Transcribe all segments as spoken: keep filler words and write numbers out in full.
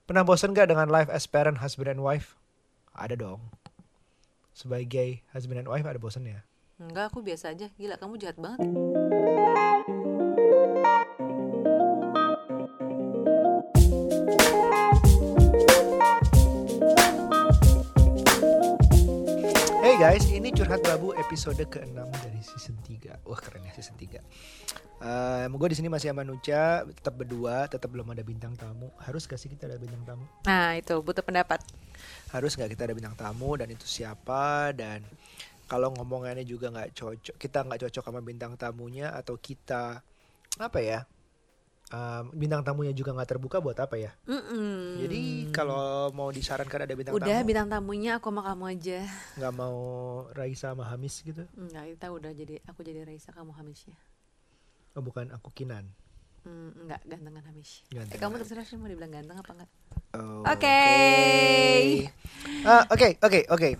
Pernah bosan gak dengan life as parent, husband and wife? Ada dong. Sebagai husband and wife ada bosannya. Enggak, aku biasa aja. Gila, kamu jahat banget. Hey guys, ini Curhat Babu episode keenam dari season tiga. Wah, keren ya season tiga. Uh, gue di sini masih sama Nucha, tetap berdua, tetap belum ada bintang tamu. Harus gak sih kita ada bintang tamu? Nah, itu butuh pendapat. Harus gak kita ada bintang tamu, dan itu siapa, dan kalau ngomongannya juga nggak cocok, kita nggak cocok sama bintang tamunya, atau kita apa ya, um, bintang tamunya juga nggak terbuka, buat apa ya? Mm-mm. Jadi kalau mau disarankan ada bintang udah, tamu, Udah bintang tamunya aku sama kamu aja. Nggak mau Raisa sama Hamis gitu? Enggak, kita udah jadi aku jadi Raisa, kamu Hamisnya. Oh, bukan, aku Kinan. Mm, enggak, gantengan Hamis. Gantengan. Eh, kamu terserah sih mau dibilang ganteng apa enggak. Oke. Oke, oke, oke.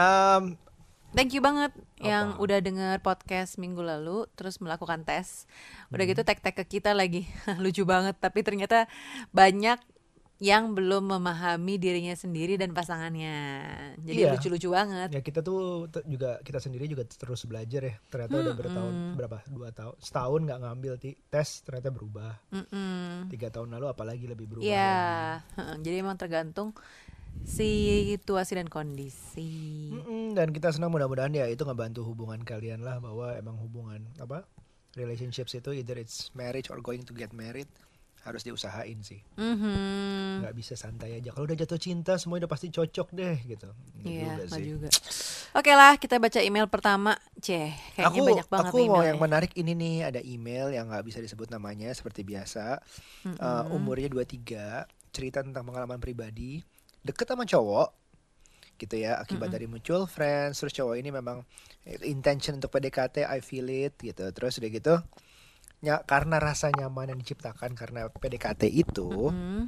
Thank you banget Apa? yang udah denger podcast minggu lalu terus melakukan tes. Udah hmm. gitu tag-tag ke kita lagi. Lucu banget, tapi ternyata banyak yang belum memahami dirinya sendiri dan pasangannya. Jadi iya. lucu-lucu banget. Ya kita tuh t- juga kita sendiri juga terus belajar ya. Ternyata hmm, udah bertahun hmm. berapa? Dua tahun, setahun nggak ngambil t- tes, ternyata berubah. Hmm. Tiga tahun lalu apalagi lebih berubah. Iya. Yeah. Jadi emang tergantung situasi dan kondisi. Mm-mm, dan kita senang mudah-mudahan ya itu ngebantu hubungan kalian lah, bahwa emang hubungan apa relationships itu either it's marriage or going to get married harus diusahain sih. Mm-hmm. Nggak bisa santai aja. Kalau udah jatuh cinta semuanya udah pasti cocok deh gitu. Iya, juga sih. Juga. Oke lah, kita baca email pertama. Ceh, kayaknya aku, banyak banget aku email. Aku mau yang menarik ini nih, ada email yang nggak bisa disebut namanya seperti biasa. Mm-hmm. Uh, umurnya dua puluh tiga, cerita tentang pengalaman pribadi, deket sama cowok gitu ya, akibat mm-hmm. dari mutual friends. Terus cowok ini memang intention untuk P D K T, I feel it gitu. Terus udah gitu ya, karena rasa nyaman yang diciptakan karena P D K T itu, mm-hmm.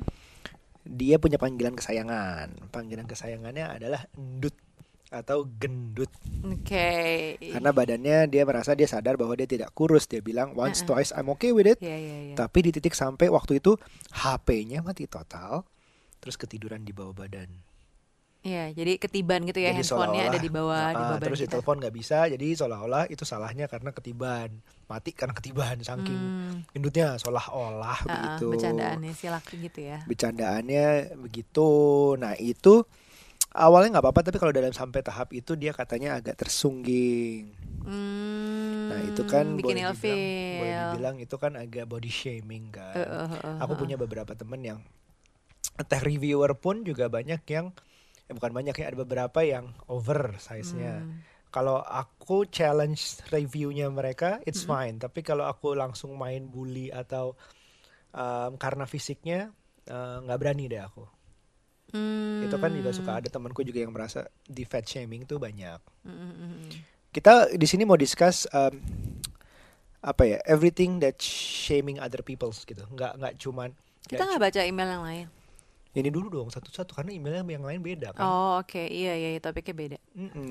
dia punya panggilan kesayangan. Panggilan kesayangannya adalah endut atau gendut. Oke. Okay. Karena badannya dia merasa dia sadar bahwa dia tidak kurus. Dia bilang once uh-uh. twice I'm okay with it. Yeah, yeah, yeah. Tapi di titik sampai waktu itu H P-nya mati total. Terus ketiduran di bawah badan. Iya, jadi ketiban gitu ya, jadi handphonenya ada di bawah, uh, di bawah terus badan kita. Telepon nggak bisa, jadi seolah-olah itu salahnya karena ketiban, mati karena ketiban, saking hmm. gendutnya, seolah-olah uh, begitu. Bercandaannya si laki gitu ya. Bercandaannya begitu. Nah itu awalnya nggak apa-apa, tapi kalau dalam sampai tahap itu dia katanya agak tersungging. Hmm, nah itu kan boleh dibilang, boleh dibilang itu kan agak body shaming kan. Uh, uh, uh, uh, Aku punya beberapa temen yang tech reviewer pun juga banyak yang ya bukan banyak ya, ada beberapa yang over size-nya. Hmm. Kalau aku challenge reviewnya mereka, it's hmm. fine. Tapi kalau aku langsung main bully atau um, karena fisiknya, nggak uh, berani deh aku. Hmm. Itu kan juga suka ada temanku juga yang merasa di fat shaming tuh banyak. Hmm. Kita di sini mau discuss um, apa ya, everything that shaming other people gitu. Nggak nggak cuman. Kita nggak baca email yang lain. Ini dulu dong satu-satu karena emailnya yang lain beda kan. Oh oke, okay. iya iya topiknya beda.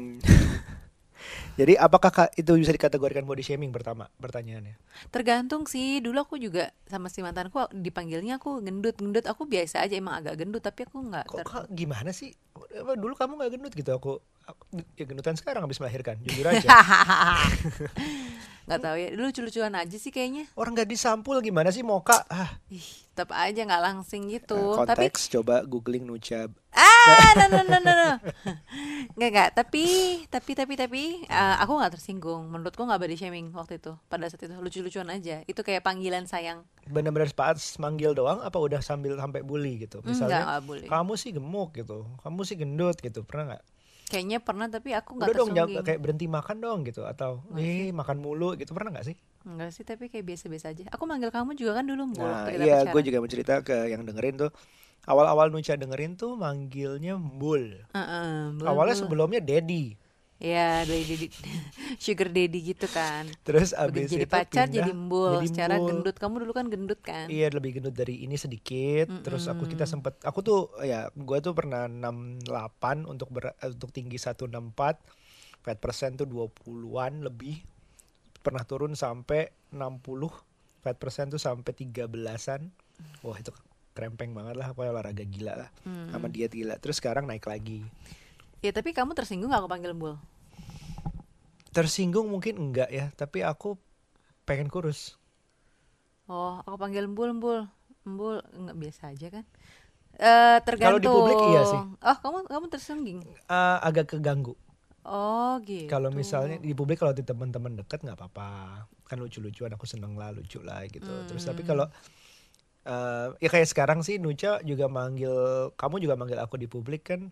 Jadi apakah itu bisa dikategorikan body shaming pertama pertanyaannya? Tergantung sih. Dulu aku juga sama si mantanku dipanggilnya aku gendut gendut. Aku biasa aja, emang agak gendut tapi aku nggak. Kok ter- gimana sih? Dulu kamu nggak gendut gitu, aku, aku ya gendutan sekarang habis melahirkan, jujur aja. Nggak tahu ya, dulu lucu-lucuan aja sih kayaknya. Orang nggak disampul gimana sih Moka? Ah. Ih, tetap aja nggak langsing gitu. Nah, konteks tapi... coba googling Nucha. Ah, no no no no no. Nggak nggak. Tapi tapi tapi tapi uh, aku nggak tersinggung. Menurutku nggak body shaming waktu itu. Pada saat itu lucu-lucuan aja. Itu kayak panggilan sayang. Benar-benar pas manggil doang, apa udah sambil sampai bully gitu? Misalnya, enggak, bully. Kamu sih gemuk gitu, kamu sih gendut gitu, pernah nggak? Kayaknya pernah, tapi aku nggak tersinggung. Udah dong, kayak berhenti makan dong gitu, atau eh makan mulu gitu, pernah nggak sih? Enggak sih, tapi kayak biasa-biasa aja. Aku manggil kamu juga kan dulu. Nah iya, gue juga mau cerita ke yang dengerin tuh. Awal-awal Nucha dengerin tuh manggilnya Mbul. Uh-uh, bul, Awalnya bul. Sebelumnya Daddy. Ya, daddy, sugar daddy gitu kan. Terus abis jadi itu pacar pindah, jadi Mbul. Jadi Secara mbul. gendut, kamu dulu kan gendut kan? Iya, lebih gendut dari ini sedikit. Mm-mm. Terus aku kita sempet, aku tuh ya, gue tuh pernah enam puluh delapan untuk ber, untuk tinggi seratus enam puluh empat, fat persen tuh dua puluhan lebih. Pernah turun sampai enam puluh, fat persen tuh sampai tiga belasan. Wah itu krempeng banget lah, pokoknya olahraga gila lah, hmm. sama diet gila. Terus sekarang naik lagi. Ya tapi kamu tersinggung gak aku panggil Embul? Tersinggung mungkin enggak ya, tapi aku pengen kurus. Oh, aku panggil Embul, Embul, Embul, enggak biasa aja kan? Uh, tergantung. Kalau di publik iya sih. Oh, kamu kamu tersinggung? Uh, agak keganggu. Oh gitu. Kalau misalnya di publik, kalau di teman-teman dekat nggak apa-apa, kan lucu-lucuan, aku seneng lah, lucu lah gitu. Hmm. Terus tapi kalau uh, ya kayak sekarang sih Nucha juga manggil, kamu juga manggil aku di publik kan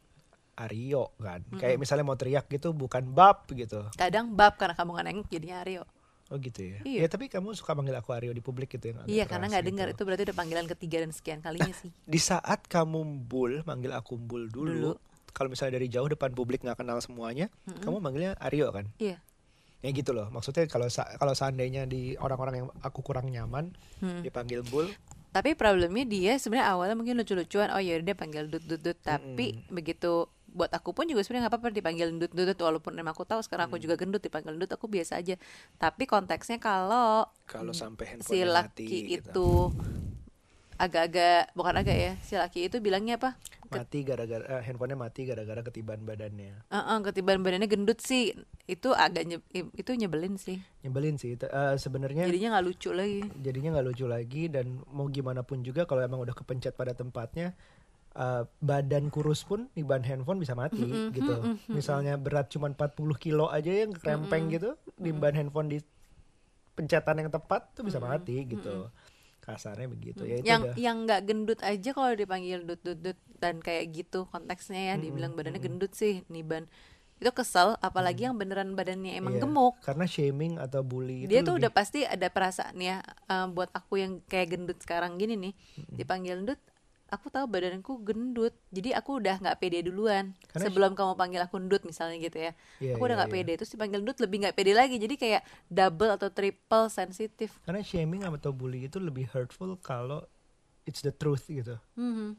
Aryo kan. Hmm. Kayak misalnya mau teriak gitu bukan Bab gitu. Kadang Bab karena kamu nggak nengok jadinya Aryo. Oh gitu ya. Iya. Ya tapi kamu suka manggil aku Aryo di publik gitu yang agak iya karena nggak gitu. dengar, itu berarti udah panggilan ketiga dan sekian kalinya sih. Di saat kamu Bul manggil aku Bul dulu. dulu. Kalau misalnya dari jauh depan publik nggak kenal semuanya, mm-hmm. kamu manggilnya Aryo kan? Iya. Ya gitu loh. Maksudnya kalau kalau seandainya di orang-orang yang aku kurang nyaman hmm. dipanggil Bul. Tapi problemnya dia sebenarnya awalnya mungkin lucu-lucuan. Oh ya dia panggil dut dut dut. Tapi mm-hmm. begitu buat aku pun juga sebenarnya nggak apa-apa dipanggil dut dut dut. Walaupun emang aku tahu sekarang aku juga gendut, dipanggil dut aku biasa aja. Tapi konteksnya kalau kalau sampai si laki mati, itu gitu. Agak-agak bukan agak ya, si laki itu bilangnya apa? Mati gara-gara eh, handphonenya mati gara-gara ketiban badannya. Uh-uh, ketiban badannya gendut sih, itu agak nye, itu nyebelin sih. Nyebelin sih, uh, sebenarnya. Jadinya nggak lucu lagi. Jadinya nggak lucu lagi dan mau gimana pun juga kalau emang udah kepencet pada tempatnya, uh, badan kurus pun di ban handphone bisa mati mm-hmm, gitu. Mm-hmm. Misalnya berat cuma empat puluh kilo aja yang krempeng mm-hmm. gitu, di ban handphone di pencetan yang tepat tuh bisa mm-hmm. mati gitu. Mm-hmm. Kasarnya begitu ya. Itu yang udah. Yang nggak gendut aja kalau dipanggil dut dut dut dan kayak gitu konteksnya ya, mm-hmm. dibilang badannya mm-hmm. gendut sih Niban, itu kesel. Apalagi mm-hmm. yang beneran badannya emang yeah. gemuk, karena shaming atau bully dia itu tuh lebih... udah pasti ada perasaan ya. Uh, buat aku yang kayak gendut sekarang gini nih, mm-hmm. dipanggil gendut, aku tahu badanku gendut, jadi aku udah nggak pede duluan. Karena sebelum sh- kamu panggil aku gendut misalnya gitu ya, yeah, aku udah nggak yeah, pede. Terus dipanggil gendut lebih nggak pede lagi, jadi kayak double atau triple sensitif. Karena shaming atau bully itu lebih hurtful kalau it's the truth gitu. Mm-hmm.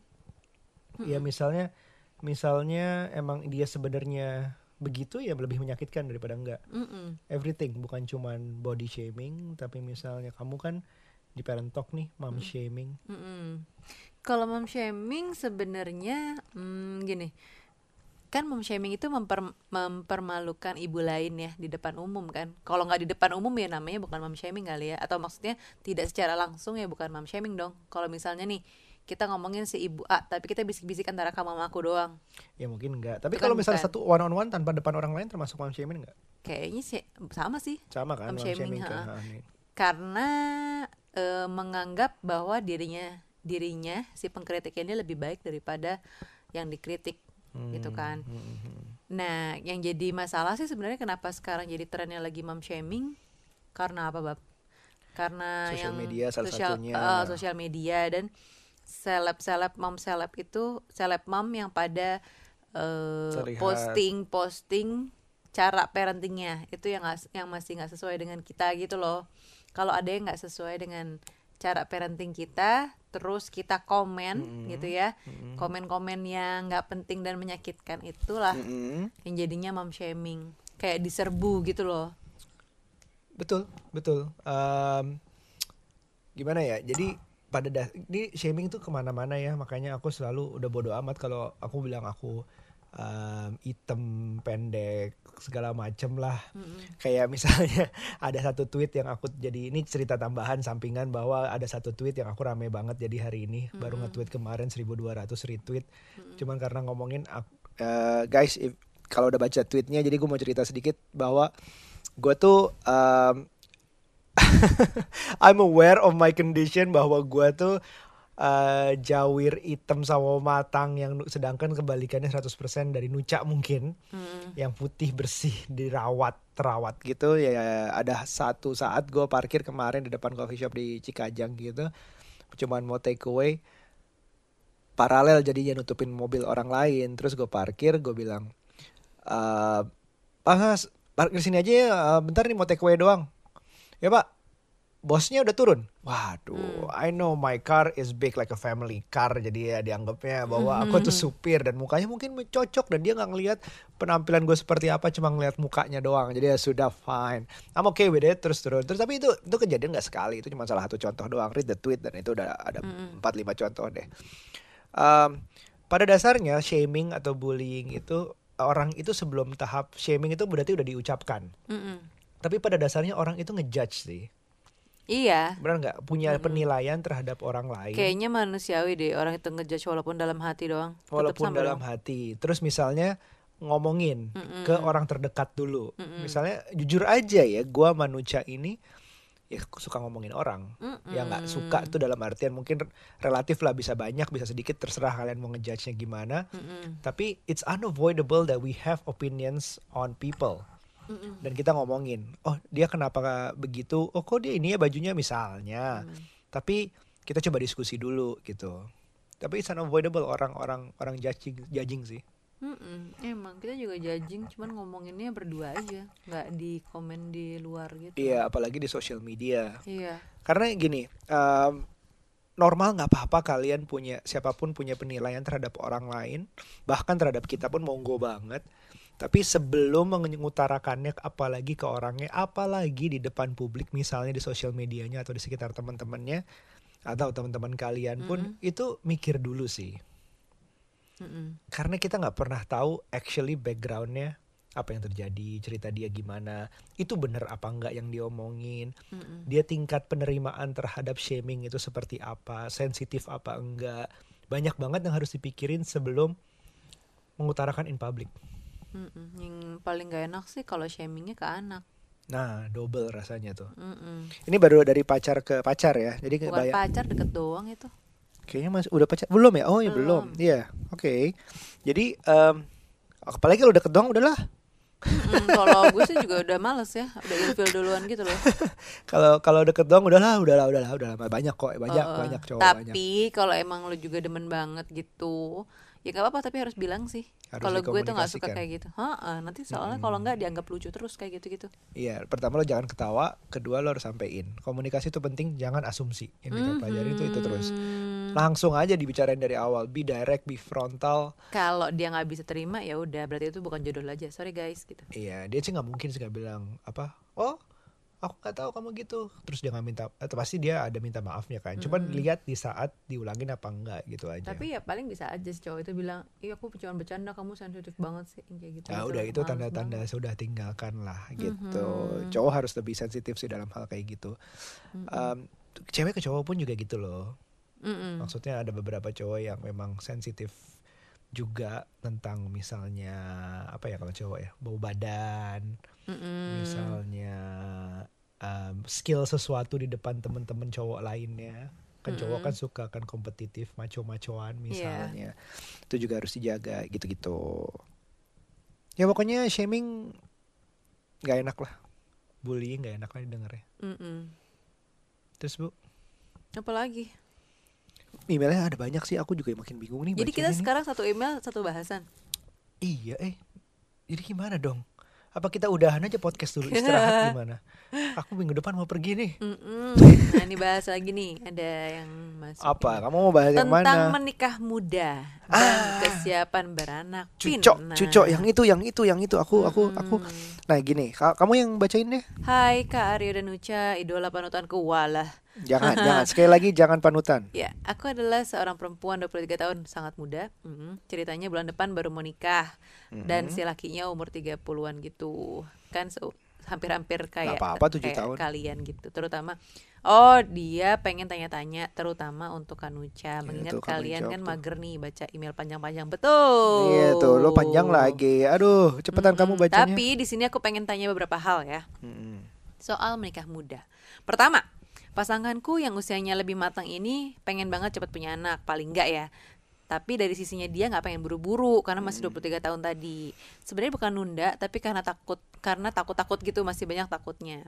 Ya misalnya, misalnya emang dia sebenarnya begitu ya lebih menyakitkan daripada enggak. Mm-mm. Everything, bukan cuman body shaming, tapi misalnya kamu kan di parent talk nih, mom mm. shaming. Mm-mm. Kalau mom shaming sebenarnya hmm, gini, kan mom shaming itu memper, mempermalukan ibu lain ya di depan umum kan. Kalau nggak di depan umum ya namanya bukan mom shaming kali ya, atau maksudnya tidak secara langsung ya bukan mom shaming dong. Kalau misalnya nih kita ngomongin si ibu A, tapi kita bisik-bisik antara kamu sama aku doang. Ya mungkin enggak. Tapi kalau misalnya bukan. Satu one on one tanpa depan orang lain termasuk mom shaming enggak? Kayaknya sih sama sih. Sama kan mom shaming, shaming kan. Karena e, menganggap bahwa dirinya dirinya si pengkritiknya lebih baik daripada yang dikritik. Hmm, gitu kan. Hmm, hmm. Nah, yang jadi masalah sih sebenarnya kenapa sekarang jadi trennya lagi mom shaming? Karena apa, Bab? Karena social yang media salah sosial, satunya. Uh, sosial media dan seleb-seleb mom seleb itu seleb mom yang pada uh, posting-posting cara parentingnya itu yang gak, yang masih nggak sesuai dengan kita gitu loh. Kalau ada yang nggak sesuai dengan cara parenting kita, terus kita komen mm-hmm. gitu ya, mm-hmm. komen-komen yang nggak penting dan menyakitkan itulah mm-hmm. yang jadinya mom shaming, kayak diserbu gitu loh. Betul, betul. Um, gimana ya? Jadi pada das- ini shaming tuh kemana-mana ya, makanya aku selalu udah bodo amat kalau aku bilang aku um, hitam, pendek, segala macem lah. Mm-hmm. Kayak misalnya ada satu tweet yang aku jadi, ini cerita tambahan sampingan bahwa ada satu tweet yang aku rame banget jadi hari ini, mm-hmm. baru nge-tweet kemarin seribu dua ratus retweet. Mm-hmm. Cuman karena ngomongin uh, guys, if, kalau udah baca tweetnya, jadi gue mau cerita sedikit bahwa gue tuh um, I'm aware of my condition, bahwa gue tuh uh, jawir hitam sama matang, yang sedangkan kebalikannya seratus persen dari Nucha mungkin, mm. yang putih bersih dirawat terawat gitu ya. Ada satu saat gue parkir kemarin di depan coffee shop di Cikajang gitu, cuman mau take away, paralel jadinya nutupin mobil orang lain. Terus gue parkir, gue bilang, Pak, parkir sini aja ya, bentar nih mau take away doang. Ya Pak, bosnya udah turun. Waduh, hmm. I know my car is big like a family car. Jadi ya dianggapnya bahwa aku tuh supir dan mukanya mungkin cocok dan dia nggak ngelihat penampilan gue seperti apa, cuma ngelihat mukanya doang. Jadi ya sudah fine, I'm okay with it, terus turun. Terus tapi itu itu kejadian nggak sekali, itu cuma salah satu contoh doang. Read the tweet dan itu udah ada empat lima contoh deh. Um, pada dasarnya shaming atau bullying itu orang itu sebelum tahap shaming itu berarti udah diucapkan. Mm-mm. Tapi pada dasarnya orang itu ngejudge sih. Iya. Benar nggak? Punya mm-hmm. penilaian terhadap orang lain. Kayaknya manusiawi deh orang itu ngejudge walaupun dalam hati doang. Walaupun dalam dong. hati. Terus misalnya ngomongin mm-hmm. ke orang terdekat dulu. Mm-hmm. Misalnya jujur aja ya, gue manusia ini ya suka ngomongin orang. Mm-hmm. Ya nggak suka tuh dalam artian mungkin relatif lah, bisa banyak bisa sedikit, terserah kalian mau ngejudge-nya gimana. Mm-hmm. Tapi it's unavoidable that we have opinions on people. Mm-mm. Dan kita ngomongin, oh dia kenapa begitu, oh kok dia ini ya bajunya misalnya. Mm. Tapi kita coba diskusi dulu gitu. Tapi it's unavoidable orang-orang orang judging, judging sih. Mm-mm. Emang kita juga judging, cuman ngomonginnya berdua aja, nggak di komen di luar gitu. Iya, apalagi di social media. Iya. Karena gini, um, normal nggak apa-apa kalian punya, siapapun punya penilaian terhadap orang lain, bahkan terhadap kita pun monggo banget. Tapi sebelum mengutarakannya apalagi ke orangnya, apalagi di depan publik, misalnya di sosial medianya atau di sekitar teman-temannya atau teman-teman kalian pun, mm-hmm. itu mikir dulu sih. Mm-hmm. Karena kita nggak pernah tahu actually backgroundnya apa yang terjadi, cerita dia gimana, itu benar apa enggak yang diomongin, mm-hmm. dia tingkat penerimaan terhadap shaming itu seperti apa, sensitif apa enggak, banyak banget yang harus dipikirin sebelum mengutarakan in public. Mm-mm. Yang paling gak enak sih kalau shamingnya ke anak. Nah, double rasanya tuh. Mm-mm. Ini baru dari pacar ke pacar ya. Jadi bukan bayang... pacar, deket doang itu. Kayaknya masih udah pacar belum ya? Oh ya belum. Iya, yeah. Oke. Okay. Jadi um, apalagi kalau deket doang udahlah. Kalau gue sih juga udah males ya, udah ilfil duluan gitu loh. Kalau kalau deket doang udahlah, udahlah, udahlah, udahlah. Banyak kok, banyak, uh, banyak cowok. Tapi kalau emang lo juga demen banget gitu, ya gak apa-apa, tapi harus bilang sih. Kalau gue tuh gak suka kayak gitu. Hah, nanti soalnya hmm. kalau gak dianggap lucu terus kayak gitu-gitu. Iya, pertama lo jangan ketawa, kedua lo harus sampein. Komunikasi itu penting, jangan asumsi. Yang kita mm-hmm. pelajari itu itu terus. Langsung aja dibicarain dari awal, be direct, be frontal. Kalau dia gak bisa terima ya udah, berarti itu bukan jodoh aja. Sorry guys gitu. Iya, dia sih gak mungkin sih gak bilang apa, oh aku nggak tahu kamu gitu, terus dia nggak minta, atau pasti dia ada minta maafnya kan, cuman mm-hmm. lihat di saat diulangin apa enggak gitu aja. Tapi ya paling bisa aja si cowok itu bilang, iya aku cuma bercanda, kamu sensitif banget sih kayak gitu. Nah udah itu tanda-tanda banget. Sudah tinggalkan lah gitu. Mm-hmm. Cowok harus lebih sensitif sih dalam hal kayak gitu. Mm-hmm. um, Cewek ke cowok pun juga gitu loh. Mm-hmm. Maksudnya ada beberapa cowok yang memang sensitif juga tentang misalnya apa ya kalau cowok ya, bau badan. Mm-mm. Misalnya um, skill sesuatu di depan teman-teman cowok lainnya, kan mm-mm. cowok kan suka kan kompetitif, maco-macoan misalnya, yeah. itu juga harus dijaga gitu-gitu. Ya pokoknya shaming nggak enak lah, bullying nggak enak lah didengarnya. Mm-mm. Terus bu, apa lagi? Emailnya ada banyak sih, aku juga makin bingung nih. Jadi kita nih. Sekarang satu email satu bahasan. Iya eh, jadi gimana dong? Apa kita udahan aja podcast dulu, istirahat gimana? Aku minggu depan mau pergi nih. Nah ini bahas lagi nih, ada yang masuk. Apa? Ini. Kamu mau bahas yang mana? Tentang menikah muda dan ah, kesiapan beranak. Cucok, nah. cucok, yang itu, yang itu, yang itu. Aku, hmm. aku, aku. Nah gini, kamu yang bacain deh. Hai Kak Aryo dan Uca, idola panutanku, walah. Jangan, jangan. Sekali lagi jangan panutan. Ya, aku adalah seorang perempuan dua puluh tiga tahun, sangat muda. Mm-hmm. Ceritanya bulan depan baru mau nikah. Mm-hmm. Dan si lakinya umur tiga puluhan gitu. Kan so, hampir-hampir kayak, apa-apa, tujuh kayak tahun. Kalian gitu. Terutama, oh dia pengen tanya-tanya terutama untuk Kanuca. Mengingat ya, kalian kan mager nih baca email panjang-panjang. Betul. Iya tuh, lo panjang lagi. Aduh, cepetan mm-hmm. kamu bacanya. Tapi di sini aku pengen tanya beberapa hal ya. Mm-hmm. Soal menikah muda. Pertama, pasanganku yang usianya lebih matang ini pengen banget cepat punya anak, paling enggak ya. Tapi dari sisinya dia nggak pengen buru-buru karena masih dua puluh tiga tahun tadi. Sebenarnya bukan nunda, tapi karena takut, karena takut-takut gitu, masih banyak takutnya.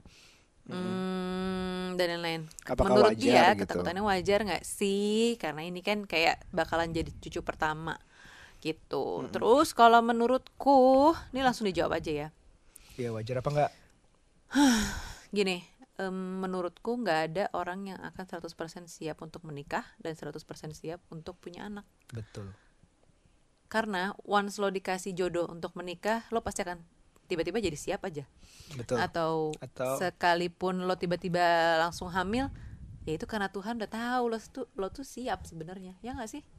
Hmm, dan lain-lain. Apakah menurut wajar, dia gitu? ketakutannya wajar nggak sih? Karena ini kan kayak bakalan jadi cucu pertama gitu. Hmm. Terus kalau menurutku, ini langsung dijawab aja ya. Iya wajar apa enggak? Gini. um, menurutku nggak ada orang yang akan seratus persen siap untuk menikah dan seratus persen siap untuk punya anak. Betul. Karena once lo dikasih jodoh untuk menikah, lo pasti akan tiba-tiba jadi siap aja. Betul. Atau, Atau sekalipun lo tiba-tiba langsung hamil, ya itu karena Tuhan udah tahu lo tuh lo tuh siap sebenarnya, ya nggak sih?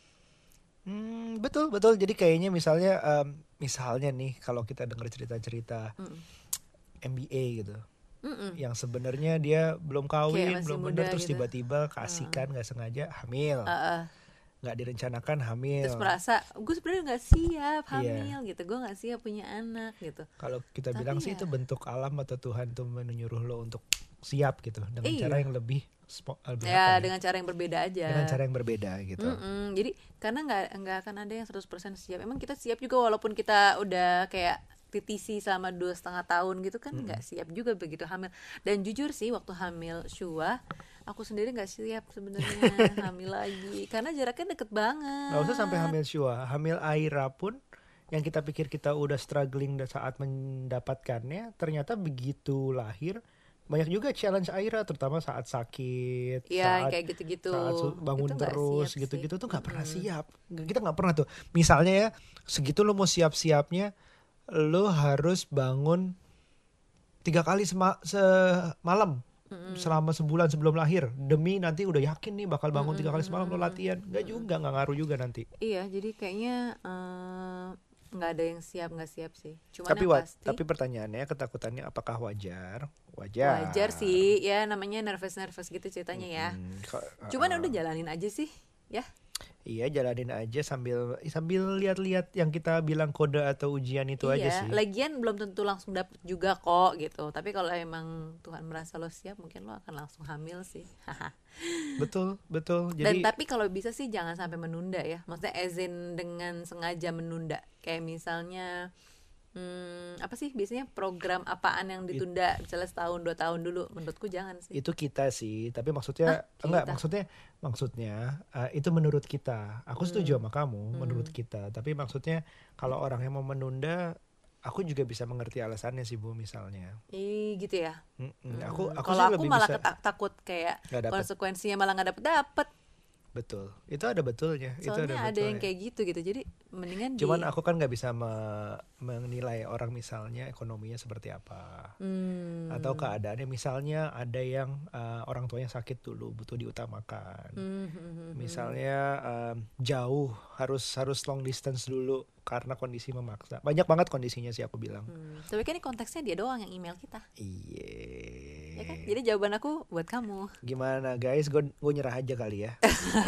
Hmm, betul betul. Jadi kayaknya misalnya um, misalnya nih kalau kita dengar cerita-cerita mm. M B A gitu, Mm-mm. yang sebenarnya dia belum kawin, belum benar, terus gitu. Tiba-tiba kasihkan nggak uh. sengaja hamil, uh-uh. nggak direncanakan hamil, terus merasa gue sebenarnya nggak siap hamil yeah. gitu, gue nggak siap punya anak gitu. Kalau kita Tapi bilang ya. sih itu bentuk alam atau Tuhan tuh menyuruh lo untuk siap gitu dengan iya. cara yang lebih spo- lebih ya dengan cara yang berbeda aja. Dengan cara yang berbeda gitu. Mm-mm. Jadi karena nggak nggak akan ada yang seratus persen siap. Emang kita siap juga walaupun kita udah kayak T T C selama dua setengah tahun gitu kan nggak mm-hmm. siap juga begitu hamil. Dan jujur sih waktu hamil Shua aku sendiri nggak siap sebenarnya hamil lagi karena jaraknya deket banget. Nggak usah sampai hamil Shua, hamil Aira pun yang kita pikir kita udah struggling saat mendapatkannya, ternyata begitu lahir banyak juga challenge Aira, terutama saat sakit, ya, saat kayak gitu-gitu, saat bangun itu terus gitu-gitu tuh nggak pernah siap. Kita nggak pernah tuh. Misalnya ya segitu lo mau siap-siapnya, lo harus bangun tiga kali sema- semalam mm-hmm. selama sebulan sebelum lahir demi nanti udah yakin nih bakal bangun mm-hmm. tiga kali semalam lo latihan. Nggak mm-hmm. juga, nggak ngaruh juga nanti. Iya, jadi kayaknya uh... nggak ada yang siap nggak siap sih. Cuman tapi wa- pasti, tapi pertanyaannya ketakutannya apakah wajar? Wajar. Wajar sih, ya namanya nervous nervous gitu ceritanya ya. Hmm, kok, Cuman uh, udah jalanin aja sih, ya. Iya jalanin aja sambil sambil lihat-lihat yang kita bilang kode atau ujian itu iya, aja sih. Lagian belum tentu langsung dapet juga kok gitu. Tapi kalau emang Tuhan merasa lo siap, mungkin lo akan langsung hamil sih. Betul, betul. Jadi, dan tapi kalau bisa sih jangan sampai menunda ya. Maksudnya as in dengan sengaja menunda. Kayak misalnya hmm, apa sih biasanya program apaan yang ditunda It, misalnya setahun dua tahun dulu. Menurutku jangan sih. Itu kita sih, tapi maksudnya Hah, enggak kita? maksudnya maksudnya uh, itu menurut kita. Aku setuju hmm. sama kamu hmm. menurut kita. Tapi maksudnya kalau orang yang mau menunda, aku juga bisa mengerti alasannya sih Bu misalnya. Ih gitu ya. Hmm. Aku aku kalau aku lebih malah bisa, ketak- takut kayak konsekuensinya malah nggak dapet dapet. Betul, itu ada betulnya. Soalnya itu ada, ada betulnya. yang kayak gitu gitu, jadi mendingan. Cuman di... aku kan nggak bisa me- menilai orang misalnya ekonominya seperti apa, hmm. atau keadaannya misalnya ada yang uh, orang tuanya sakit dulu butuh diutamakan, hmm. misalnya um, jauh harus harus long distance dulu karena kondisi memaksa. Banyak banget kondisinya sih aku bilang. Hmm. Tapi kan ini konteksnya dia doang yang email kita. Iya. Ya kan? Jadi jawaban aku buat kamu. Gimana guys? Gue gue nyerah aja kali ya.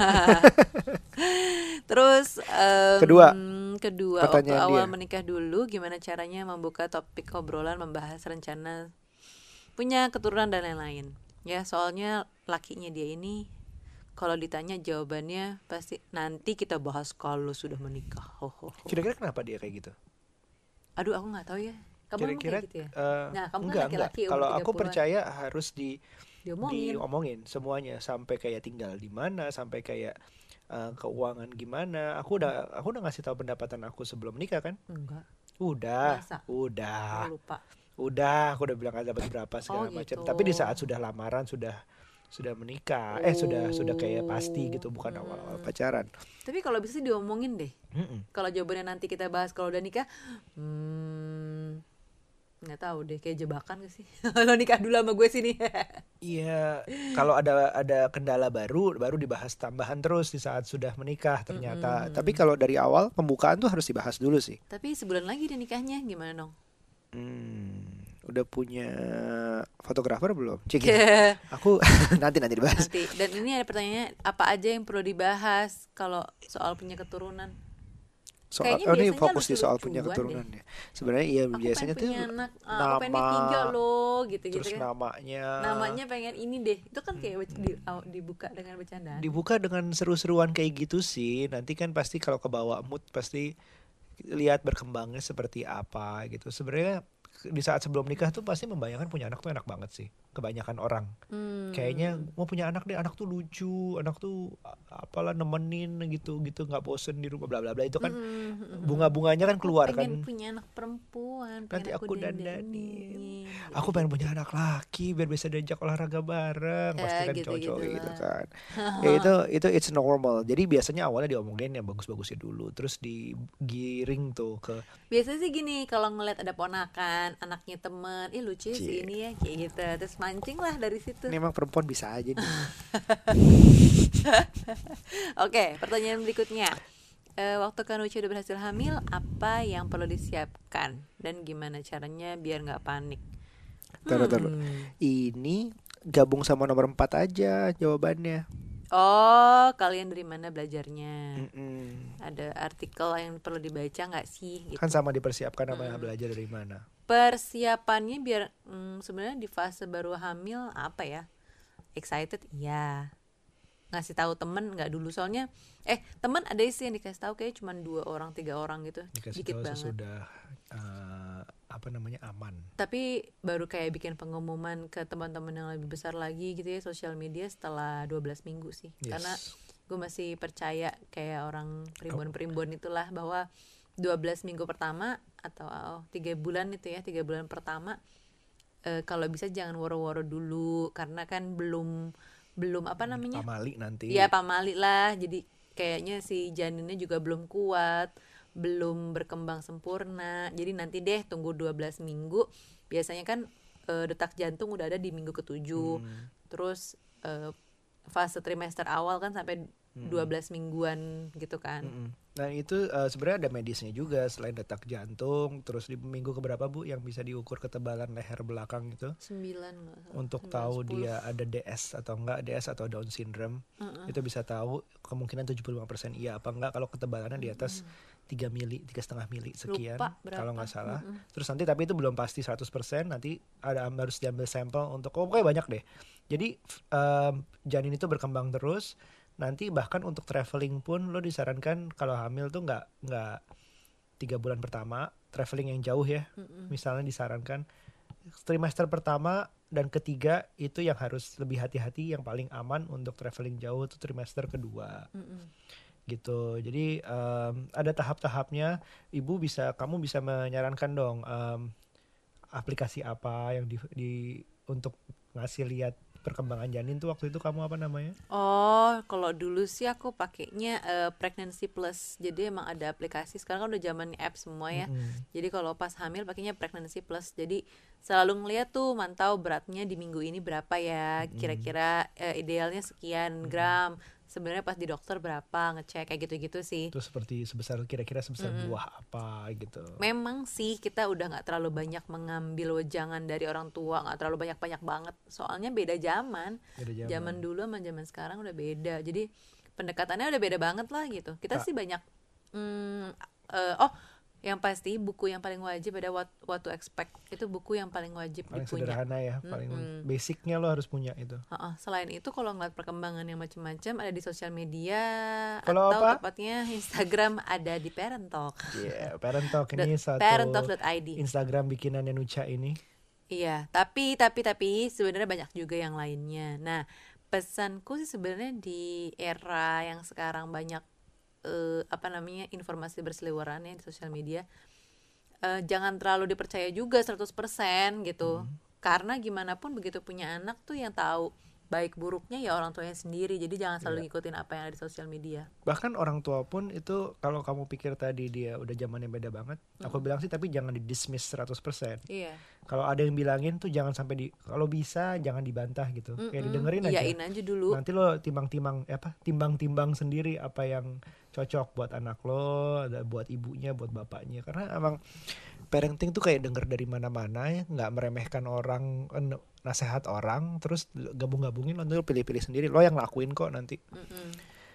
Terus um, kedua, kedua waktu awal dia. menikah dulu, gimana caranya membuka topik obrolan membahas rencana punya keturunan dan lain-lain. Ya soalnya lakinya dia ini kalau ditanya jawabannya pasti nanti kita bahas kalau sudah menikah. Ho, ho, ho. Kira-kira kenapa dia kayak gitu? Aduh aku nggak tahu ya. Kamu Kira-kira kayak gitu ya? Uh, nah, kamu enggak, kan laki-laki kalau aku percaya harus di diomongin. diomongin semuanya sampai kayak tinggal di mana, sampai kayak uh, keuangan gimana. Aku udah aku udah ngasih tahu pendapatan aku sebelum nikah kan? Enggak. Udah. Masa? Udah. Oh, lupa. Udah, aku udah bilang kan dapat berapa segala oh, macam. Gitu. Tapi di saat sudah lamaran sudah sudah menikah, oh. eh sudah sudah kayak pasti gitu, bukan hmm. awal-awal pacaran. Tapi kalau bisa diomongin deh. Mm-mm. Kalau jawabannya nanti kita bahas kalau udah nikah, hmm, nggak tahu deh, kayak jebakan gak sih? Kalau nikah dulu sama gue sini. Iya, kalau ada ada kendala baru, baru dibahas tambahan terus di saat sudah menikah ternyata. Mm-hmm. Tapi kalau dari awal pembukaan tuh harus dibahas dulu sih. Tapi sebulan lagi deh nikahnya, gimana dong? Hmm. Udah punya fotografer belum? Cik, aku nanti nanti dibahas. Nanti. Dan ini ada pertanyaannya, apa aja yang perlu dibahas kalau soal punya keturunan? Soal, oh ini fokus di soal punya keturunan ya. Sebenarnya iya aku biasanya tuh anak, uh, nama, aku pengen tiga loh, gitu terus gitu kan. namanya. Namanya pengen ini deh. Itu kan kayak hmm. di, uh, dibuka dengan bercandaan. Dibuka dengan seru-seruan kayak gitu sih. Nanti kan pasti kalau kebawa mood pasti lihat berkembangnya seperti apa gitu. Sebenarnya di saat sebelum nikah tuh pasti membayangkan punya anak tuh enak banget sih. kebanyakan orang. Hmm. Kayaknya mau punya anak deh, anak tuh lucu, anak tuh apalah nemenin gitu gitu, nggak bosen di rumah bla bla bla. Itu kan hmm. bunga-bunganya kan keluar kan. Pengen punya anak perempuan, nanti aku dandanin. Aku pengen punya anak laki biar bisa diajak olahraga bareng. Pasti kan gitu, cowok gitu, gitu kan. Ya itu itu it's normal. Jadi biasanya awalnya diomongin yang bagus-bagusnya dulu, terus digiring tuh ke. Biasanya sih gini, kalau ngeliat ada ponakan, anaknya temen, ih lucu sih ini ya, kayak gitu. Terus mancing lah dari situ. Ini emang perempuan bisa aja nih. Oke, pertanyaan berikutnya. E, waktu Kanuchi udah berhasil hamil, apa yang perlu disiapkan dan gimana caranya biar nggak panik? Taruh, taruh. Hmm. Ini gabung sama nomor empat aja jawabannya. Oh, kalian dari mana belajarnya? Mm-mm. Ada artikel yang perlu dibaca nggak sih? Gitu. Kan sama dipersiapkan sama mm. belajar dari mana? Persiapannya biar mm, sebenarnya di fase baru hamil apa ya? Excited, iya. Ngasih tahu temen nggak dulu, soalnya eh temen ada sih yang dikasih tahu kayak cuma dua orang tiga orang gitu. Dikasih dikit tahu banget. Sesudah uh, apa namanya aman. Tapi baru kayak bikin pengumuman ke teman-teman yang lebih besar lagi gitu ya, sosial media setelah dua belas minggu sih. Yes. Karena gue masih percaya kayak orang primbon-primbon itulah bahwa dua belas minggu pertama atau oh, tiga bulan itu ya, tiga bulan pertama eh, kalau bisa jangan woro-woro dulu karena kan belum belum apa namanya? Pamali nanti. Iya, pamali lah. Jadi kayaknya si janinnya juga belum kuat, belum berkembang sempurna. Jadi nanti deh tunggu dua belas minggu. Biasanya kan e, detak jantung udah ada di minggu ketujuh. Hmm. Terus e, fase trimester awal kan sampai hmm. dua belas mingguan gitu kan. Hmm. Nah itu uh, sebenarnya ada medisnya juga selain detak jantung. Terus di minggu keberapa Bu yang bisa diukur ketebalan leher belakang itu? sembilan Untuk sembilan, tahu sepuluh. Dia ada D S atau enggak, D S atau Down syndrome. Uh-uh. Itu bisa tahu kemungkinan tujuh puluh lima persen iya apa enggak kalau ketebalannya di atas uh-uh. tiga mili, tiga koma lima mili sekian. Lupa, kalau nggak salah. Uh-uh. Terus nanti tapi itu belum pasti seratus persen, nanti ada harus diambil sampel untuk oh, pokoknya banyak deh. Jadi um, janin itu berkembang terus. Nanti bahkan untuk traveling pun lo disarankan kalau hamil tuh nggak nggak tiga bulan pertama traveling yang jauh ya. Mm-mm. Misalnya disarankan trimester pertama dan ketiga itu yang harus lebih hati-hati, yang paling aman untuk traveling jauh itu trimester kedua. Mm-mm. Gitu. Jadi um, ada tahap-tahapnya. Ibu bisa kamu bisa menyarankan dong um, aplikasi apa yang di, di untuk ngasih lihat perkembangan janin tuh waktu itu kamu apa namanya? Oh, kalau dulu sih aku pakainya uh, Pregnancy Plus. Jadi emang ada aplikasi. Sekarang kan udah zaman app semua ya. Mm-hmm. Jadi kalau pas hamil pakainya Pregnancy Plus. Jadi selalu ngeliat tuh mantau beratnya di minggu ini berapa ya. Mm-hmm. Kira-kira uh, idealnya sekian mm-hmm. gram. Sebenarnya pas di dokter berapa, ngecek kayak gitu-gitu sih. Itu seperti sebesar kira-kira sebesar mm-hmm. buah apa gitu. Memang sih kita udah nggak terlalu banyak mengambil wejangan dari orang tua, nggak terlalu banyak-banyak banget. Soalnya beda zaman. Beda zaman. Zaman dulu sama zaman sekarang udah beda. Jadi pendekatannya udah beda banget lah gitu. Kita Kak. sih banyak. Hmm, uh, oh. Yang pasti buku yang paling wajib ada What, What to Expect. Itu buku yang paling wajib paling dipunya. Paling sederhana ya, paling mm-hmm. basicnya lo harus punya itu. Uh-uh. Selain itu kalau ngeliat perkembangan yang macam-macam ada di sosial media. Kalo atau apa? Tepatnya Instagram ada di Parent Talk. Iya, yeah, Parent Talk ini satu parenttalk dot i d. Instagram bikinannya Nucha ini. Iya, tapi tapi tapi sebenarnya banyak juga yang lainnya. Nah, pesanku sih sebenarnya di era yang sekarang banyak Uh, apa namanya informasi berseliweran ya di sosial media, uh, jangan terlalu dipercaya juga seratus persen gitu. Hmm. Karena gimana pun begitu punya anak tuh yang tahu baik buruknya ya orang tuanya sendiri. Jadi jangan selalu yeah. ngikutin apa yang ada di sosial media. Bahkan orang tua pun itu kalau kamu pikir tadi dia udah zamannya beda banget, hmm. aku bilang sih tapi jangan di-dismiss seratus persen. Iya. Kalau ada yang bilangin tuh jangan sampai di kalau bisa jangan dibantah gitu. Mm-mm. Kayak didengerin aja. Iyain aja dulu. Nanti lo timbang-timbang apa? Timbang-timbang sendiri apa yang cocok buat anak lo, buat ibunya, buat bapaknya. Karena emang parenting tuh kayak denger dari mana-mana ya, nggak meremehkan orang, nasihat orang, terus gabung-gabungin, nanti lo pilih-pilih sendiri, lo yang lakuin kok nanti. Mm-mm.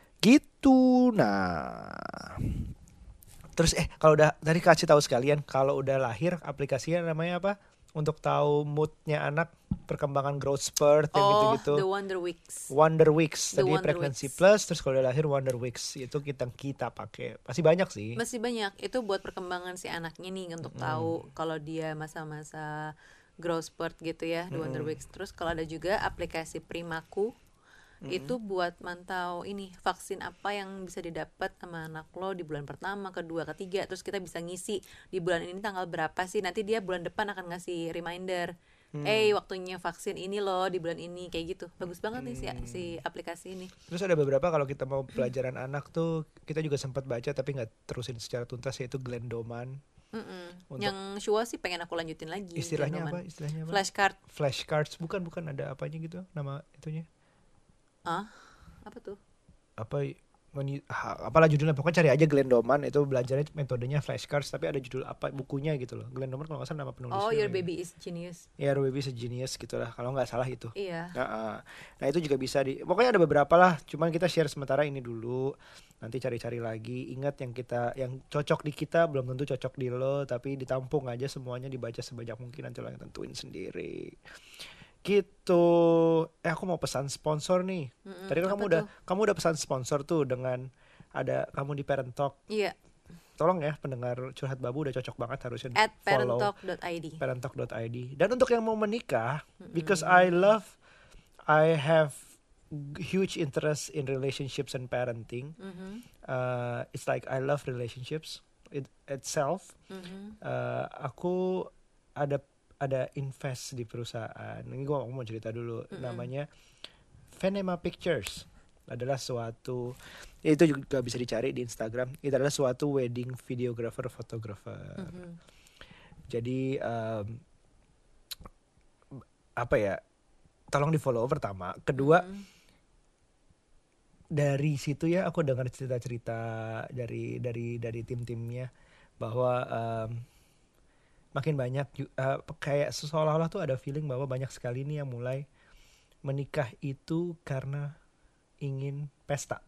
Gitu. Nah, terus eh kalau udah tadi kasih tahu sekalian, kalau udah lahir aplikasinya namanya apa? Untuk tahu moodnya anak, perkembangan growth spurt yang oh, gitu-gitu. The Wonder Weeks. Wonder Weeks. The Tadi Wonder Pregnancy Weeks. Plus, terus kalau udah lahir Wonder Weeks. Itu kita kita pakai. Masih banyak sih. Masih banyak. Itu buat perkembangan si anaknya nih untuk mm. tahu kalau dia masa-masa growth spurt gitu ya, the Wonder Weeks. Terus kalau ada juga aplikasi Primaku, mm-hmm. itu buat mantau ini vaksin apa yang bisa didapat sama anak lo di bulan pertama, kedua, ketiga. Terus kita bisa ngisi di bulan ini tanggal berapa sih. Nanti dia bulan depan akan ngasih reminder. Hmm. Eh waktunya vaksin ini loh di bulan ini, kayak gitu. Bagus banget hmm. nih si, si aplikasi ini. Terus ada beberapa kalau kita mau pelajaran hmm. anak tuh kita juga sempat baca tapi nggak terusin secara tuntas, yaitu Glendoman. Untuk yang Shua sih pengen aku lanjutin lagi. Istilahnya apa? Istilahnya apa? Flashcard. Flashcards bukan bukan ada apanya gitu nama itunya? Ah apa tuh? Apa? Apalah judulnya, pokoknya cari aja Glendoman, itu belajarnya metodenya flashcards, tapi ada judul apa bukunya gitu loh. Glendoman kalau nggak salah nama penulisnya. Oh, Your Baby is Genius. Ya, Your Baby is Genius gitulah kalau nggak salah itu. Iya. Nah, nah itu juga bisa di, pokoknya ada beberapa lah. Cuman kita share sementara ini dulu. Nanti cari-cari lagi. Ingat yang kita, yang cocok di kita belum tentu cocok di lo, tapi ditampung aja semuanya, dibaca sebanyak mungkin, nanti lo yang tentuin sendiri. Gitu. Eh aku mau pesan sponsor nih. Mm-mm, Tadi kan kamu tuh? udah kamu udah pesan sponsor tuh dengan ada kamu di Parent Talk. Iya. Tolong ya pendengar Curhat Babu, udah cocok banget harusnya at follow parent talk dot i d. parent talk dot i d. Dan untuk yang mau menikah, mm-mm. because I love I have huge interest in relationships and parenting. Mm-hmm. Uh, it's like I love relationships it, itself. Mm-hmm. Uh, aku ada ada invest di perusahaan. Ini gue mau cerita dulu. Mm-hmm. Namanya Venema Pictures. Adalah suatu, itu juga bisa dicari di Instagram. Itu adalah suatu wedding videographer, photographer. Mm-hmm. Jadi um, apa ya? Tolong di follow pertama. Kedua, mm-hmm. dari situ ya aku dengar cerita-cerita dari dari dari tim-timnya bahwa um, makin banyak uh, kayak seolah-olah tuh ada feeling bahwa banyak sekali nih yang mulai menikah itu karena ingin pesta.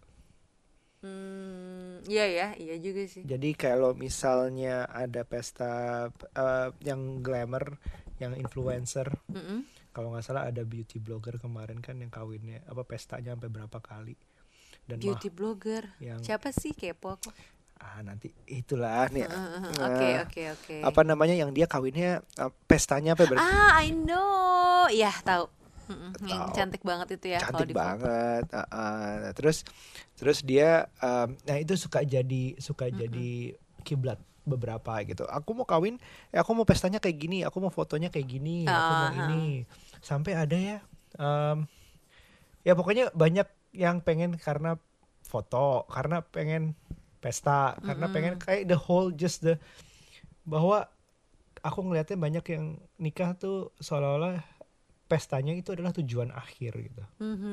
Hmm, iya ya, iya juga sih. Jadi kalau misalnya ada pesta uh, yang glamour, yang influencer, mm-hmm. kalau nggak salah ada beauty blogger kemarin kan yang kawinnya apa pestanya sampai berapa kali. Dan beauty mah, blogger, yang, siapa sih, kepo aku. Ah nanti itulah nih. Oke oke oke. Apa namanya yang dia kawinnya uh, pestanya apa berarti? Ah I know, ya tahu. Yang cantik banget itu ya. Cantik banget. Uh, uh, terus terus dia, um, nah itu suka jadi suka mm-hmm. jadi kiblat beberapa gitu. Aku mau kawin, eh, aku mau pestanya kayak gini, aku mau fotonya kayak gini, uh-huh. aku mau ini. Sampai ada ya, um, ya pokoknya banyak yang pengen karena foto, karena pengen pesta, mm-hmm. karena pengen kayak the whole just the, bahwa aku ngelihatnya banyak yang nikah tuh seolah-olah pestanya itu adalah tujuan akhir gitu. Mm-hmm.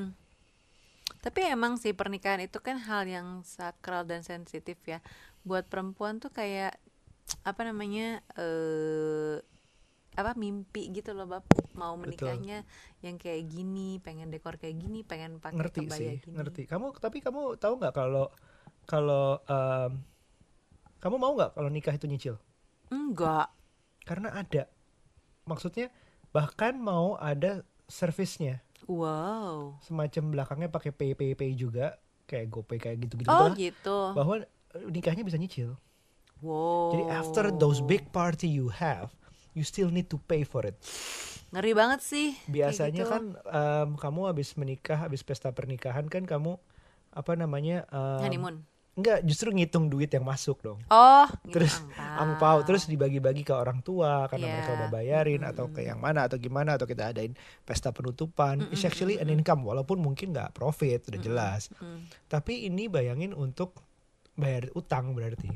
Tapi emang sih pernikahan itu kan hal yang sakral dan sensitif ya. Buat perempuan tuh kayak apa namanya eh, apa mimpi gitu loh bab, mau menikahnya betul. Yang kayak gini, pengen dekor kayak gini, pengen pakai ngerti kebaya sih, gini. Ngerti. Kamu tapi kamu tahu nggak kalau kalau um, kamu mau nggak kalau nikah itu nyicil? Enggak. Karena ada. Maksudnya bahkan mau ada servisnya. Wow. Semacam belakangnya pakai pay pay pay juga, kayak GoPay kayak gitu-gitu. Oh lah, gitu. bahwa nikahnya bisa nyicil. Wow. Jadi after those big party you have, you still need to pay for it. Ngeri banget sih. Biasanya gitu. kan um, kamu habis menikah, habis pesta pernikahan kan kamu apa namanya? Um, honeymoon. Enggak, justru ngitung duit yang masuk dong. Oh, terus angpau, terus dibagi-bagi ke orang tua karena yeah. mereka udah bayarin, mm-hmm. atau ke yang mana atau gimana, atau kita adain pesta penutupan. Mm-hmm. It's actually an income, walaupun mungkin nggak profit, udah mm-hmm. jelas. Mm-hmm. Tapi ini bayangin untuk bayar utang berarti.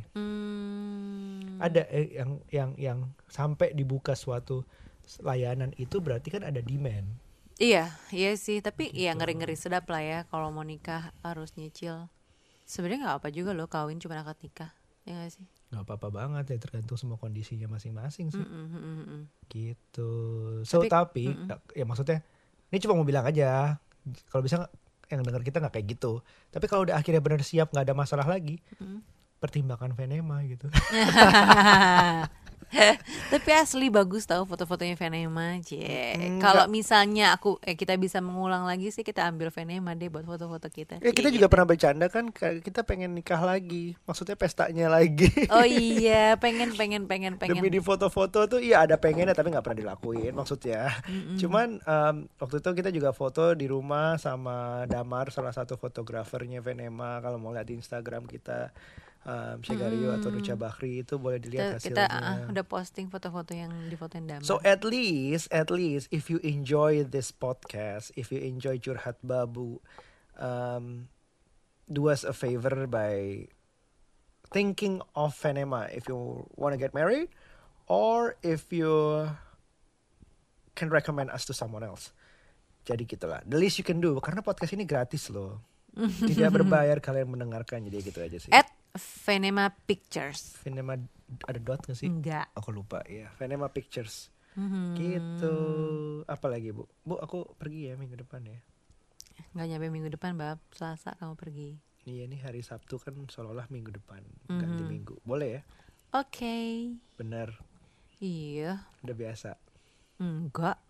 Mm. Ada eh, yang yang yang sampai dibuka suatu layanan itu berarti kan ada demand. Iya, iya sih. Tapi gitu. Ya ngeri-ngeri sedap lah ya kalau mau nikah harus nyicil. Sebenarnya nggak apa juga loh kawin cuma akad nikah, ya nggak sih? Nggak apa-apa banget ya, tergantung semua kondisinya masing-masing sih. Mm-mm, mm-mm. Gitu. So tapi, tapi ya maksudnya ini cuma mau bilang aja, kalau bisa yang dengar kita nggak kayak gitu. Tapi kalau udah akhirnya benar siap, nggak ada masalah lagi, mm. pertimbangkan Venema gitu. Tapi asli bagus tahu foto-fotonya Venema. Cie. Kalau misalnya aku eh kita bisa mengulang lagi sih, kita ambil Venema deh buat foto-foto kita. Ya kita Cie, juga gitu. pernah bercanda kan, kita pengen nikah lagi, maksudnya pestanya lagi. Oh iya, pengen pengen pengen pengen. Demi di foto-foto tuh iya ada pengennya tapi nggak pernah dilakuin maksudnya. Mm-mm. Cuman um, waktu itu kita juga foto di rumah sama Damar, salah satu fotografernya Venema. Kalau mau lihat di Instagram kita, um, Shegario atau Nucha Bakri, itu boleh dilihat kita, hasilnya. Kita uh, udah posting foto-foto yang difotoin Damar. So at least, at least if you enjoy this podcast, if you enjoy Curhat Babu, um, do us a favor by thinking of Venema if you want to get married, or if you can recommend us to someone else. Jadi gitulah, the least you can do, karena podcast ini gratis loh, tidak berbayar kalian mendengarkan, jadi gitu aja sih. At Venema Pictures. Venema ada dot nggak sih? Enggak. Aku lupa ya. Venema Pictures. Mm-hmm. Gitu. Apa lagi bu? Bu aku pergi ya minggu depan ya. Nggak nyampe minggu depan bab. Selasa kamu pergi. Iya nih hari Sabtu kan seolah-olah minggu depan. Mm-hmm. Ganti minggu. Boleh ya? Oke. Okay. Bener. Iya. Udah biasa. Enggak.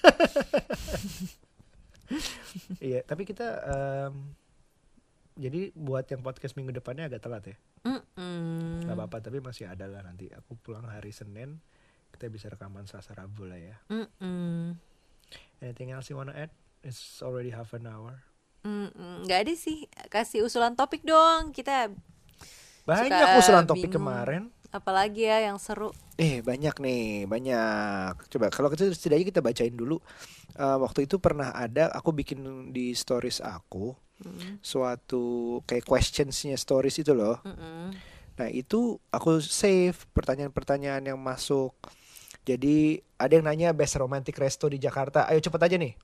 Iya tapi kita um, jadi buat yang podcast minggu depannya agak telat ya. Mm-mm. Gak apa-apa tapi masih ada lah nanti. Aku pulang hari Senin, kita bisa rekaman Selasa Rabu lah ya. Mm-mm. Anything else you wanna add? It's already half an hour. Mm-mm. Gak ada sih. Kasih usulan topik dong. Kita banyak usulan topik bingung. Kemarin. Apalagi ya yang seru. Eh banyak nih, banyak. Coba kalau kita setidaknya kita bacain dulu. Uh, waktu itu pernah ada, aku bikin di stories aku. Mm-hmm. Suatu kayak questionsnya stories itu loh. Mm-hmm. Nah itu aku save pertanyaan-pertanyaan yang masuk. Jadi ada yang nanya best romantic resto di Jakarta. Ayo cepet aja nih.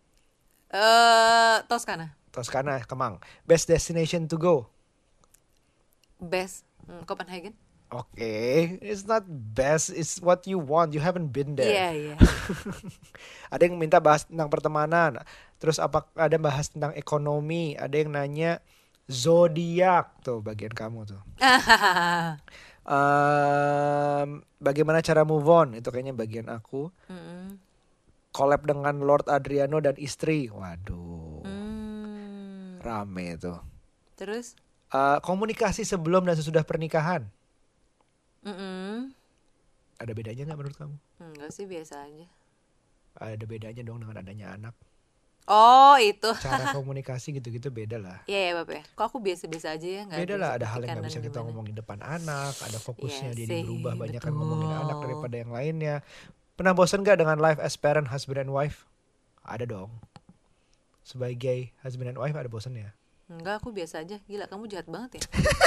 Uh, Toscana. Toscana, Kemang. Best destination to go. Best hmm, Copenhagen. Oke, okay. It's not best, it's what you want. You haven't been there. Iya, yeah, iya. Yeah. Ada yang minta bahas tentang pertemanan. Terus apa ada bahas tentang ekonomi. Ada yang nanya zodiak tuh bagian kamu tuh. um, bagaimana cara move on? Itu kayaknya bagian aku. Mm-hmm. Collab dengan Lord Adriano dan istri. Waduh. Mm. Rame tuh. Terus? Uh, komunikasi sebelum dan sesudah pernikahan. Mm-mm. Ada bedanya nggak menurut kamu? Enggak sih, biasa aja. Ada bedanya dong dengan adanya anak. Oh itu. Cara komunikasi gitu-gitu beda lah. Iya ya Bapak. Kok aku biasa-biasa aja ya? Gak beda lah, ada hal yang nggak bisa kita gimana? Ngomongin depan anak. Ada fokusnya yeah, dia berubah banyak kan ngomongin anak daripada yang lainnya. Pernah bosan gak dengan life as parent, husband and wife? Ada dong. Sebagai husband and wife ada bosannya? Enggak, aku biasa aja. Gila, kamu jahat banget ya.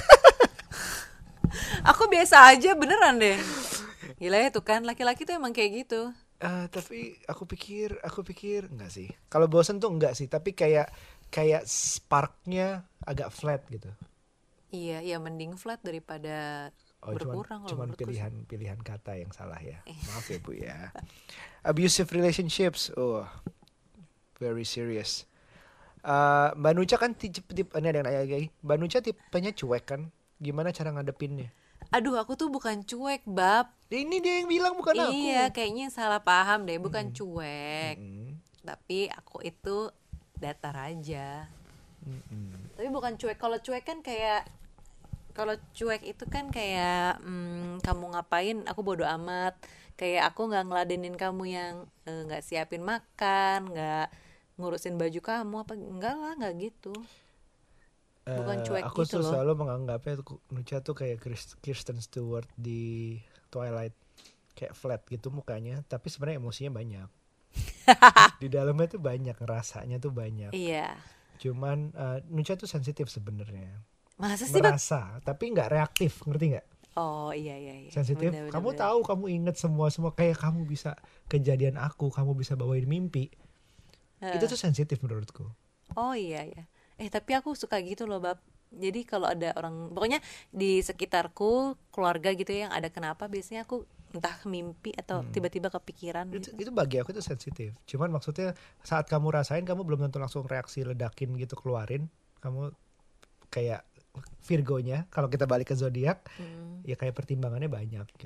Aku biasa aja beneran deh. Gila ya tuh kan, laki-laki tuh emang kayak gitu. Uh, tapi aku pikir, aku pikir enggak sih. Kalau bosan tuh enggak sih, tapi kayak kayak sparknya agak flat gitu. Iya, ya mending flat daripada oh, berkurang. Cuman, cuman pilihan pilihan kata yang salah ya. Eh. Maaf ya Bu ya. Abusive relationships, oh very serious. Uh, Mbak Nucha kan tipe-tipe, ini ada yang nanya lagi. Mbak Nucha tipenya cuek kan? Gimana cara ngadepinnya? Aduh, aku tuh bukan cuek, Bab. Ini dia yang bilang bukan iya, aku. Iya, kayaknya salah paham deh, bukan mm. cuek. Mm. Tapi aku itu datar aja. Mm-mm. Tapi bukan cuek. Kalau cuek kan kayak, kalau cuek itu kan kayak hmm, kamu ngapain, aku bodo amat. Kayak aku nggak ngeladenin kamu yang nggak uh, siapin makan, nggak ngurusin baju kamu apa, enggak lah, nggak gitu. Bukan cuek uh, aku gitu tuh loh. Selalu menganggapnya Nucha tuh kayak Kristen Stewart di Twilight, kayak flat gitu mukanya, tapi sebenarnya emosinya banyak. Di dalamnya tuh banyak, rasanya tuh banyak. Iya. Cuman uh, Nucha tuh sensitif sebenarnya. Masa sih? Merasa, bak- tapi nggak reaktif, ngerti nggak? Oh iya iya. iya. Sensitif. Bener, kamu bener. Tahu, kamu inget semua semua kayak kamu bisa kejadian aku, kamu bisa bawain mimpi. Uh. Itu tuh sensitif menurutku. Oh iya iya. Eh tapi aku suka gitu loh Bab. Jadi kalau ada orang, pokoknya di sekitarku keluarga gitu yang ada kenapa, biasanya aku entah mimpi atau hmm. tiba-tiba kepikiran itu, gitu. Itu bagi aku itu sensitif. Cuman maksudnya saat kamu rasain, kamu belum tentu langsung reaksi ledakin gitu keluarin. Kamu kayak Virgonya, kalau kita balik ke zodiak, hmm. ya kayak pertimbangannya banyak gitu.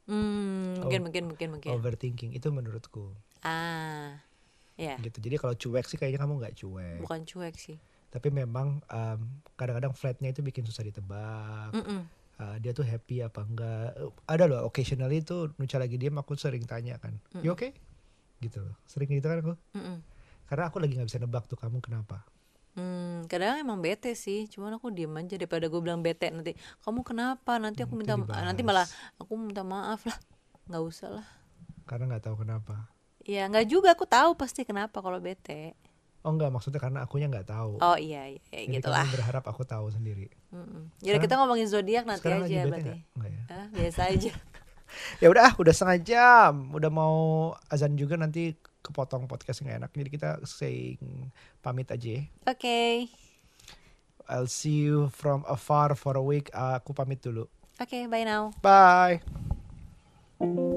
Hmm, mungkin, oh, mungkin, mungkin, mungkin. Overthinking itu menurutku. Ah, ya. Yeah. Gitu. Jadi kalau cuek sih kayaknya kamu nggak cuek. Bukan cuek sih. Tapi memang um, kadang-kadang flatnya itu bikin susah ditebak. Uh, dia tuh happy apa enggak. Ada loh, occasionally tuh Nucha lagi diem aku sering tanya kan, Mm-mm. you okay? Gitu loh. Sering gitu kan aku. Mm-mm. Karena aku lagi gak bisa nebak tuh kamu kenapa. Hmm, kadang emang bete sih, cuman aku diem aja daripada gue bilang bete nanti kamu kenapa, nanti aku minta ma- nanti malah aku minta maaf lah, nggak usah lah. Karena nggak tahu kenapa. Iya, nggak juga, aku tahu pasti kenapa kalau bete. Oh enggak, maksudnya karena akunya nggak tahu. Oh iya, iya gitu lah. Jadi kamu berharap aku tahu sendiri. Jadi kita ngomongin zodiak nanti aja berarti. Ya? Ah, biasa aja. Ya udah, ah, udah setengah jam, udah mau azan juga nanti. Kepotong podcast nggak enak, jadi kita saying pamit aja. Oke. Okay. I'll see you from afar for a week. Uh, aku pamit dulu. Oke, okay, bye now. Bye.